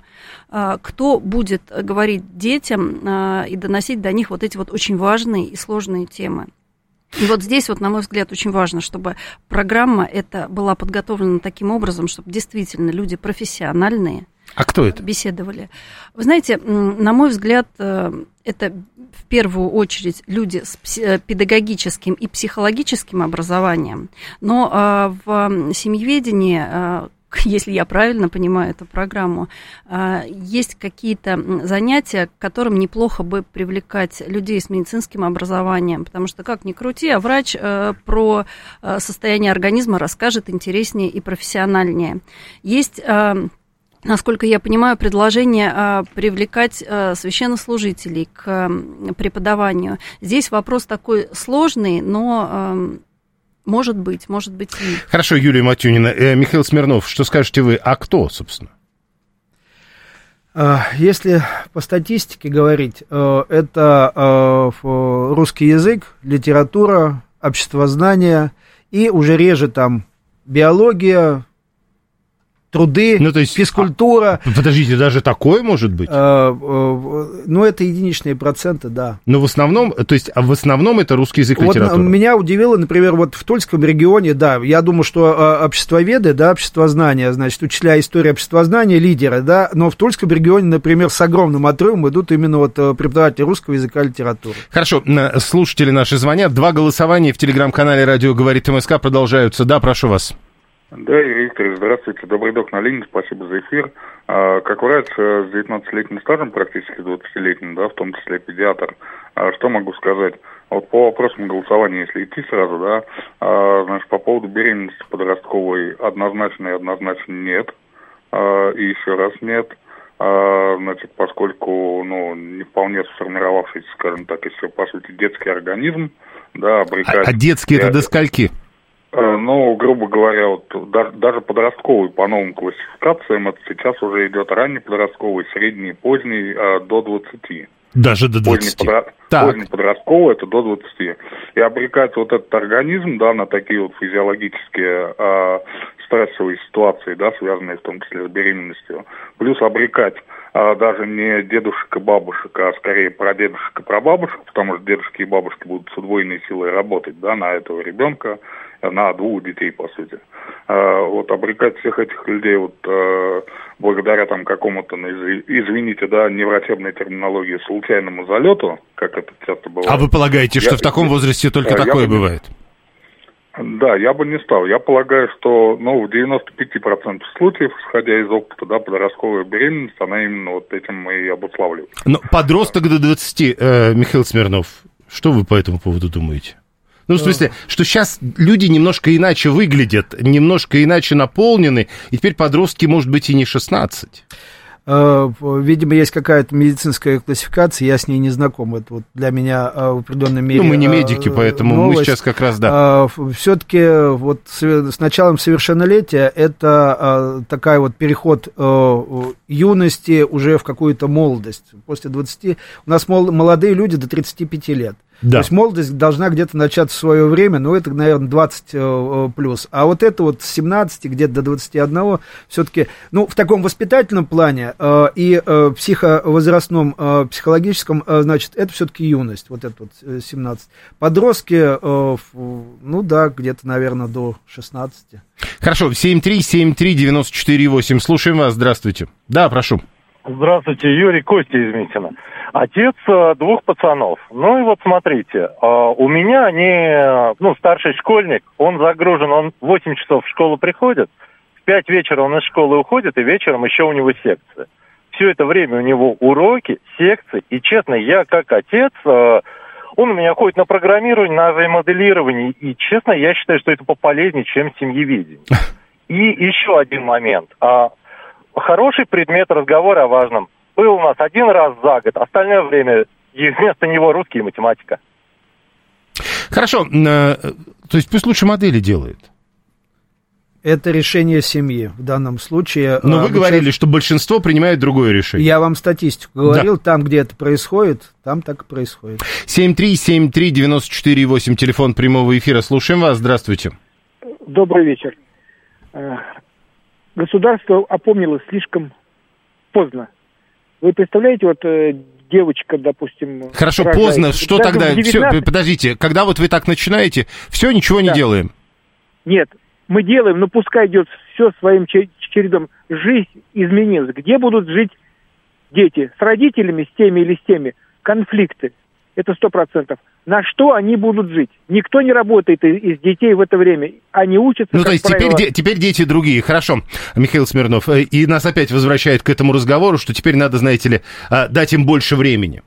кто будет говорить детям и доносить до них вот эти вот очень важные и сложные темы. И вот здесь, вот, на мой взгляд, очень важно, чтобы программа эта была подготовлена таким образом, чтобы действительно люди профессиональные, а кто это? Беседовали. Вы знаете, на мой взгляд, это в первую очередь люди с педагогическим и психологическим образованием, но в семьеведении, если я правильно понимаю эту программу, есть какие-то занятия, к которым неплохо бы привлекать людей с медицинским образованием, потому что, как ни крути, а врач про состояние организма расскажет интереснее и профессиональнее. Есть... Насколько я понимаю, предложение а, привлекать а, священнослужителей к а, преподаванию. Здесь вопрос такой сложный, но а, может быть, может быть и... Хорошо, Юлия Митюнина. Э, Михаил Смирнов, что скажете вы? А кто, собственно? Если по статистике говорить, это русский язык, литература, обществознание и уже реже там биология, труды, ну, то есть, физкультура. А, подождите, даже такое может быть? А, а, ну, это единичные проценты, да. Но в основном, то есть, а в основном это русский язык, вот литература? Меня удивило, например, вот в Тульском регионе, да, я думаю, что обществоведы, да, обществознания, значит, учителя истории обществознания, лидеры, да, но в Тульском регионе, например, с огромным отрывом идут именно вот преподаватели русского языка и литературы. Хорошо, слушатели наши звонят, два голосования в телеграм-канале «Радио говорит МСК» продолжаются, да, прошу вас. Да, Виктор, здравствуйте. Добрый док на линии, спасибо за эфир. А, как врач с девятнадцатилетним стажем, практически двадцатилетним, да, в том числе педиатр, а, что могу сказать? Вот по вопросам голосования, если идти сразу, да, а, значит, по поводу беременности подростковой однозначно и однозначно нет, а, и еще раз нет, а, значит, поскольку, ну, не вполне сформировавшийся, скажем так, еще, по сути, детский организм, да, обрекать... А, а детский это до скольки? Ну, грубо говоря, вот даже, даже подростковый по новым классификациям, это сейчас уже идет ранний подростковый, средний, поздний, э, до двадцати. Даже до двадцати. Поздний, подро... поздний подростковый это до двадцати. И обрекать вот этот организм, да, на такие вот физиологические э, стрессовые ситуации, да, связанные в том числе с беременностью, плюс обрекать а, даже не дедушек и бабушек, а скорее прадедушек и прабабушек, потому что дедушки и бабушки будут с удвоенной силой работать, да, на этого ребенка, на двух детей, по сути. А, вот обрекать всех этих людей вот а, благодаря там какому-то, извините, да, неврачебной терминологии, случайному залету, как это часто бывает. А вы полагаете, что я, в таком возрасте только я, такое я бывает? Да, я бы не стал. Я полагаю, что ну, в девяноста пяти процентах случаев, исходя из опыта, да, подростковая беременность, она именно вот этим и обуславливает. Но подросток до двадцати, э, Михаил Смирнов, что вы по этому поводу думаете? Ну, в смысле, что сейчас люди немножко иначе выглядят, немножко иначе наполнены, и теперь подростки, может быть, и не шестнадцать. Видимо, есть какая-то медицинская классификация, я с ней не знаком. Это вот для меня в определенной мере. Ну, мы не медики, поэтому новость. Мы сейчас как раз, да. Все-таки вот с началом совершеннолетия это такая вот переход юности уже в какую-то молодость. После двадцати у нас молодые люди до тридцати пяти лет. Да. То есть молодость должна где-то начаться в свое время, ну, это, наверное, двадцать плюс. А вот это вот с семнадцати где-то до двадцати одного все-таки, ну, в таком воспитательном плане э, и э, психовозрастном, э, психологическом, э, значит, это все-таки юность, вот это вот семнадцать. Подростки, э, ну, да, где-то, наверное, до шестнадцати. Хорошо, семь три семь три девяносто четыре восемь. Слушаем вас, здравствуйте. Да, прошу. Здравствуйте, Юрий, Костя из Митина. Отец двух пацанов. Ну и вот смотрите, у меня они, ну, старший школьник, он загружен, он в восемь часов в школу приходит, в пять вечера он из школы уходит, и вечером еще у него секция. Все это время у него уроки, секции, и, честно, я как отец, он у меня ходит на программирование, на моделирование, и, честно, я считаю, что это пополезнее, чем семьеведение. И еще один момент. Хороший предмет разговора о важном был у нас один раз за год, остальное время вместо него русский и математика. Хорошо, то есть пусть лучше модели делают. Это решение семьи в данном случае. Но вы говорили, что большинство принимает другое решение. Я вам статистику говорил, да. Там, где это происходит, там так и происходит. семь три семь три девяносто четыре восемь, телефон прямого эфира. Слушаем вас, здравствуйте. Добрый вечер. Государство опомнилось слишком поздно. Вы представляете, вот э, девочка, допустим... Хорошо, рожает, поздно, что тогда? Все, подождите, когда вот вы так начинаете, все, ничего не да. делаем? Нет, мы делаем, но пускай идет все своим чередом. Жизнь изменилась. Где будут жить дети? С родителями, с теми или с теми? Конфликты. Это сто процентов. На что они будут жить? Никто не работает из детей в это время. Они учатся, ну, то есть правило... теперь, де- теперь дети другие. Хорошо, Михаил Смирнов. И нас опять возвращает к этому разговору, что теперь надо, знаете ли, дать им больше времени.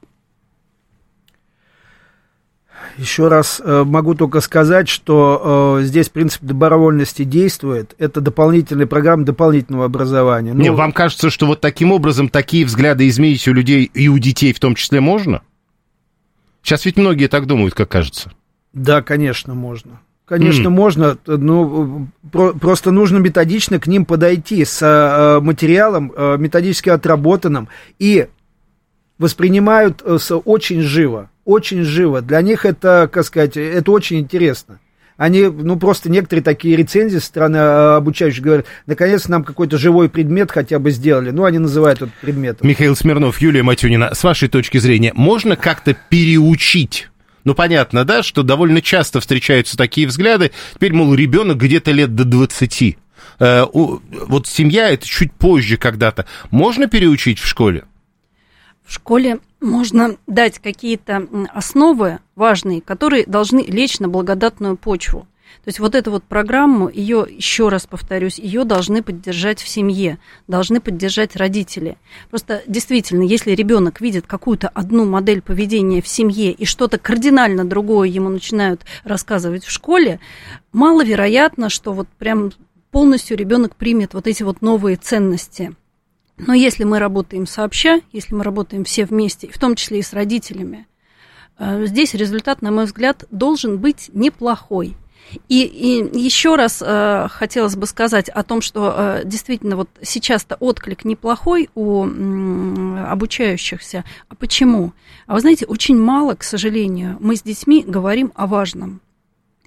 Еще раз э, могу только сказать, что э, здесь принцип добровольности действует. Это дополнительная программа дополнительного образования. Ну, не, вам кажется, что вот таким образом такие взгляды изменить у людей и у детей в том числе можно? Сейчас ведь многие так думают, как кажется. Да, конечно, можно. Конечно, mm. можно, но про, просто нужно методично к ним подойти с э, материалом, э, методически отработанным, и воспринимают э, с, очень живо, очень живо. Для них это, как сказать, это очень интересно. Они, ну, просто некоторые такие рецензии со стороны обучающих говорят, наконец нам какой-то живой предмет хотя бы сделали. Ну, они называют этот предметом. Михаил Смирнов, Юлия Матюнина, с вашей точки зрения, можно как-то переучить? Ну, понятно, да, что довольно часто встречаются такие взгляды. Теперь, мол, ребенок где-то лет до двадцати. Э, у, вот семья, это чуть позже когда-то. Можно переучить в школе? В школе можно дать какие-то основы важные, которые должны лечь на благодатную почву. То есть вот эту вот программу, ее, еще раз повторюсь, ее должны поддержать в семье, должны поддержать родители. Просто действительно, если ребенок видит какую-то одну модель поведения в семье и что-то кардинально другое ему начинают рассказывать в школе, маловероятно, что вот прям полностью ребенок примет вот эти вот новые ценности. Но если мы работаем сообща, если мы работаем все вместе, в том числе и с родителями, здесь результат, на мой взгляд, должен быть неплохой. И, и еще раз э, хотелось бы сказать о том, что э, действительно вот сейчас-то отклик неплохой у м, обучающихся. А почему? А вы знаете, очень мало, к сожалению, мы с детьми говорим о важном.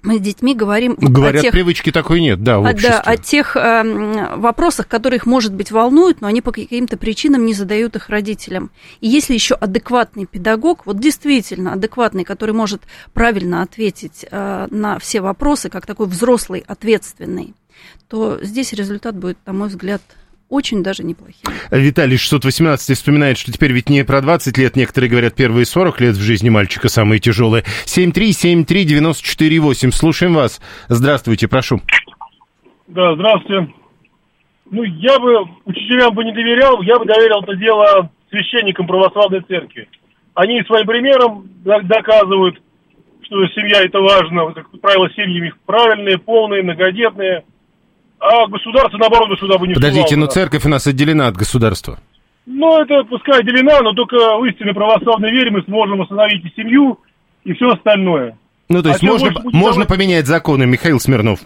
мы с детьми говорим... Говорят, о тех, привычки такой нет, да, в обществе. Да, о тех э, вопросах, которые их, может быть, волнуют, но они по каким-то причинам не задают их родителям. И если еще адекватный педагог, вот действительно адекватный, который может правильно ответить э, на все вопросы, как такой взрослый, ответственный, то здесь результат будет, на мой взгляд, очень даже неплохие. Виталий шестьсот восемнадцать вспоминает, что теперь ведь не про двадцать лет, некоторые говорят, первые сорок лет в жизни мальчика самые тяжелые. семь три семь три девяносто четыре восемь. Слушаем вас. Здравствуйте, прошу. Да, здравствуйте. Ну, я бы учителям бы не доверял, я бы доверил это дело священникам православной церкви. Они своим примером доказывают, что семья это важно. Как правило, семьи у них правильные, полные, многодетные. А государство, наоборот, бы сюда бы не Подождите, вступало. но церковь у нас отделена от государства. Ну, это пускай отделена, но только в истинной православной вере мы сможем остановить и семью, и все остальное. Ну, то есть а можно, можно давать... поменять законы, Михаил Смирнов?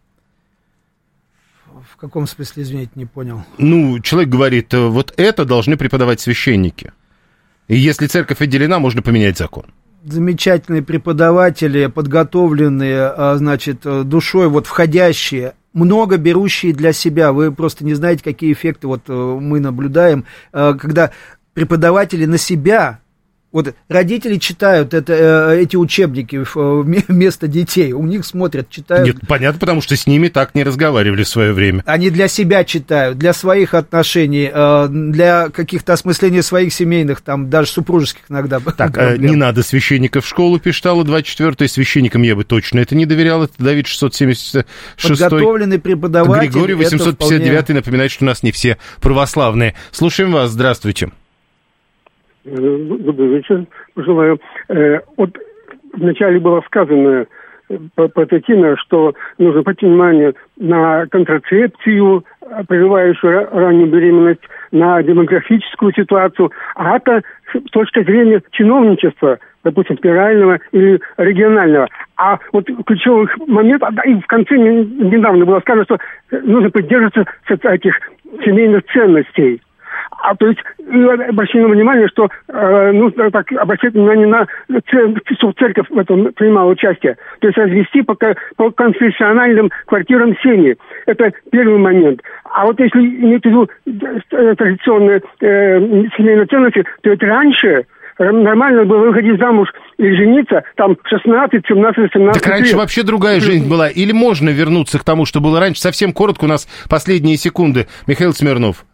В каком смысле, извините, не понял? Ну, человек говорит, вот это должны преподавать священники. И если церковь отделена, можно поменять закон. Замечательные преподаватели, подготовленные, значит, душой, вот входящие, много берущие для себя. Вы просто не знаете, какие эффекты вот мы наблюдаем, когда преподаватели на себя... Вот родители читают это, эти учебники вместо детей, у них смотрят, читают. Нет, понятно, потому что с ними так не разговаривали в свое время. Они для себя читают, для своих отношений, для каких-то осмысления своих семейных, там, даже супружеских иногда. Так, а не надо священников в школу, пишет Алла двадцать четыре. Священникам я бы точно это не доверял. Это Давид шестьсот семьдесят шесть. Подготовленный преподаватель. Григорий восемьсот пятьдесят девять вполне... напоминает, что у нас не все православные. Слушаем вас, здравствуйте. Добрый вечер, желаю. Вот вначале было сказано по, по Татьяне, что нужно обратить внимание на контрацепцию, прерывающую раннюю беременность, на демографическую ситуацию, а это с точки зрения чиновничества, допустим, федерального или регионального. А вот ключевой момент, и в конце недавно было сказано, что нужно придерживаться этих семейных ценностей. А то есть обращение внимания, что э, нужно так обращать внимание на что церковь в этом принимала участие. То есть развести по, по конфессиональным квартирам семьи. Это первый момент. А вот если иметь в виду традиционные э, семейные ценности, то это раньше нормально было выходить замуж и жениться там шестнадцать, семнадцать, семнадцать Так раньше лет. вообще другая жизнь была. Или можно вернуться к тому, что было раньше? Совсем коротко, у нас последние секунды. Михаил Смирнов.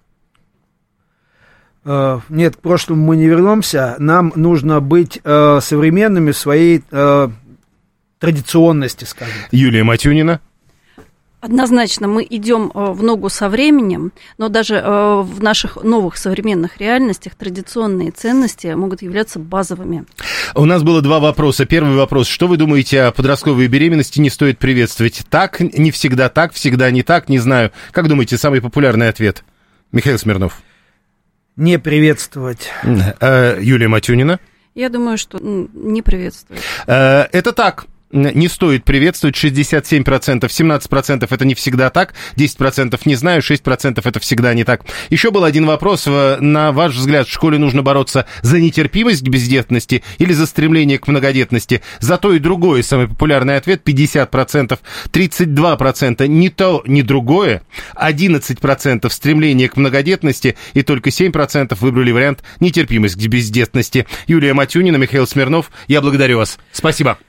Нет, к прошлому мы не вернемся. Нам нужно быть э, современными в своей э, традиционности, скажем. Юлия Матюнина. Однозначно мы идем в ногу со временем, но даже в наших новых современных реальностях традиционные ценности могут являться базовыми. У нас было два вопроса. Первый вопрос. Что вы думаете о подростковой беременности не стоит приветствовать? Так, не всегда так, всегда не так, не знаю. Как думаете, самый популярный ответ? Михаил Смирнов. Не приветствовать. Юлия Матюнина. Я думаю, что не приветствует. Это так. Не стоит приветствовать. шестьдесят семь процентов, семнадцать процентов это не всегда так, десять процентов не знаю, шесть процентов это всегда не так. Еще был один вопрос. На ваш взгляд, в школе нужно бороться за нетерпимость к бездетности или за стремление к многодетности? За то и другое. Самый популярный ответ пятьдесят процентов, тридцать два процента ни то, ни другое, одиннадцать процентов стремление к многодетности и только семь процентов выбрали вариант нетерпимость к бездетности. Юлия Матюнина, Михаил Смирнов, я благодарю вас. Спасибо.